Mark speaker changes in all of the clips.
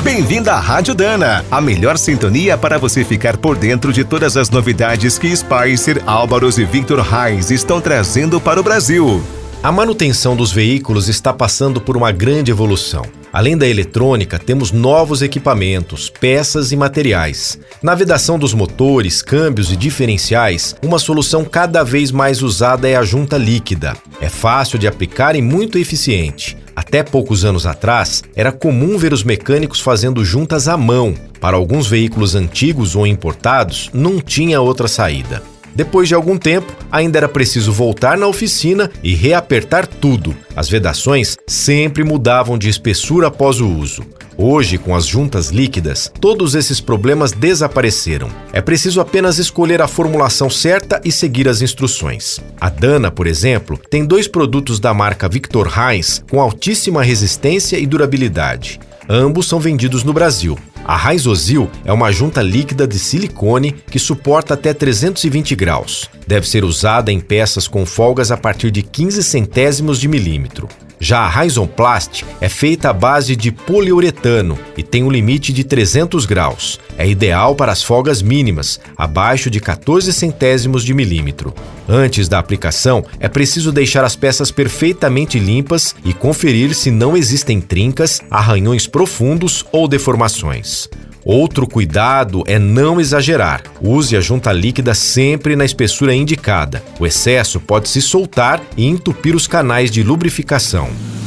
Speaker 1: Bem-vindo à Rádio Dana, a melhor sintonia para você ficar por dentro de todas as novidades que Spicer, Álvaros e Victor Reis estão trazendo para o Brasil.
Speaker 2: A manutenção dos veículos está passando por uma grande evolução. Além da eletrônica, temos novos equipamentos, peças e materiais. Na vedação dos motores, câmbios e diferenciais, uma solução cada vez mais usada é a junta líquida. É fácil de aplicar e muito eficiente. Até poucos anos atrás, era comum ver os mecânicos fazendo juntas à mão. Para alguns veículos antigos ou importados, não tinha outra saída. Depois de algum tempo, ainda era preciso voltar na oficina e reapertar tudo. As vedações sempre mudavam de espessura após o uso. Hoje, com as juntas líquidas, todos esses problemas desapareceram. É preciso apenas escolher a formulação certa e seguir as instruções. A Dana, por exemplo, tem 2 produtos da marca Victor Reis com altíssima resistência e durabilidade. Ambos são vendidos no Brasil. A Raizosil é uma junta líquida de silicone que suporta até 320 graus. Deve ser usada em peças com folgas a partir de 15 centésimos de milímetro. Já a Raizonplast é feita à base de poliuretano e tem um limite de 300 graus. É ideal para as folgas mínimas, abaixo de 14 centésimos de milímetro. Antes da aplicação, é preciso deixar as peças perfeitamente limpas e conferir se não existem trincas, arranhões profundos ou deformações. Outro cuidado é não exagerar. Use a junta líquida sempre na espessura indicada. O excesso pode se soltar e entupir os canais de lubrificação.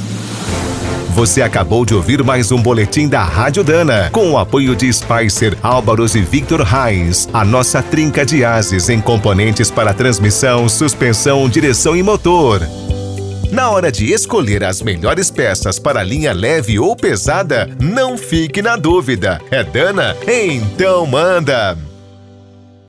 Speaker 1: Você acabou de ouvir mais um boletim da Rádio Dana, com o apoio de Spicer, Álvaros e Victor Reis, a nossa trinca de ases em componentes para transmissão, suspensão, direção e motor. Na hora de escolher as melhores peças para a linha leve ou pesada, não fique na dúvida. É Dana? Então manda!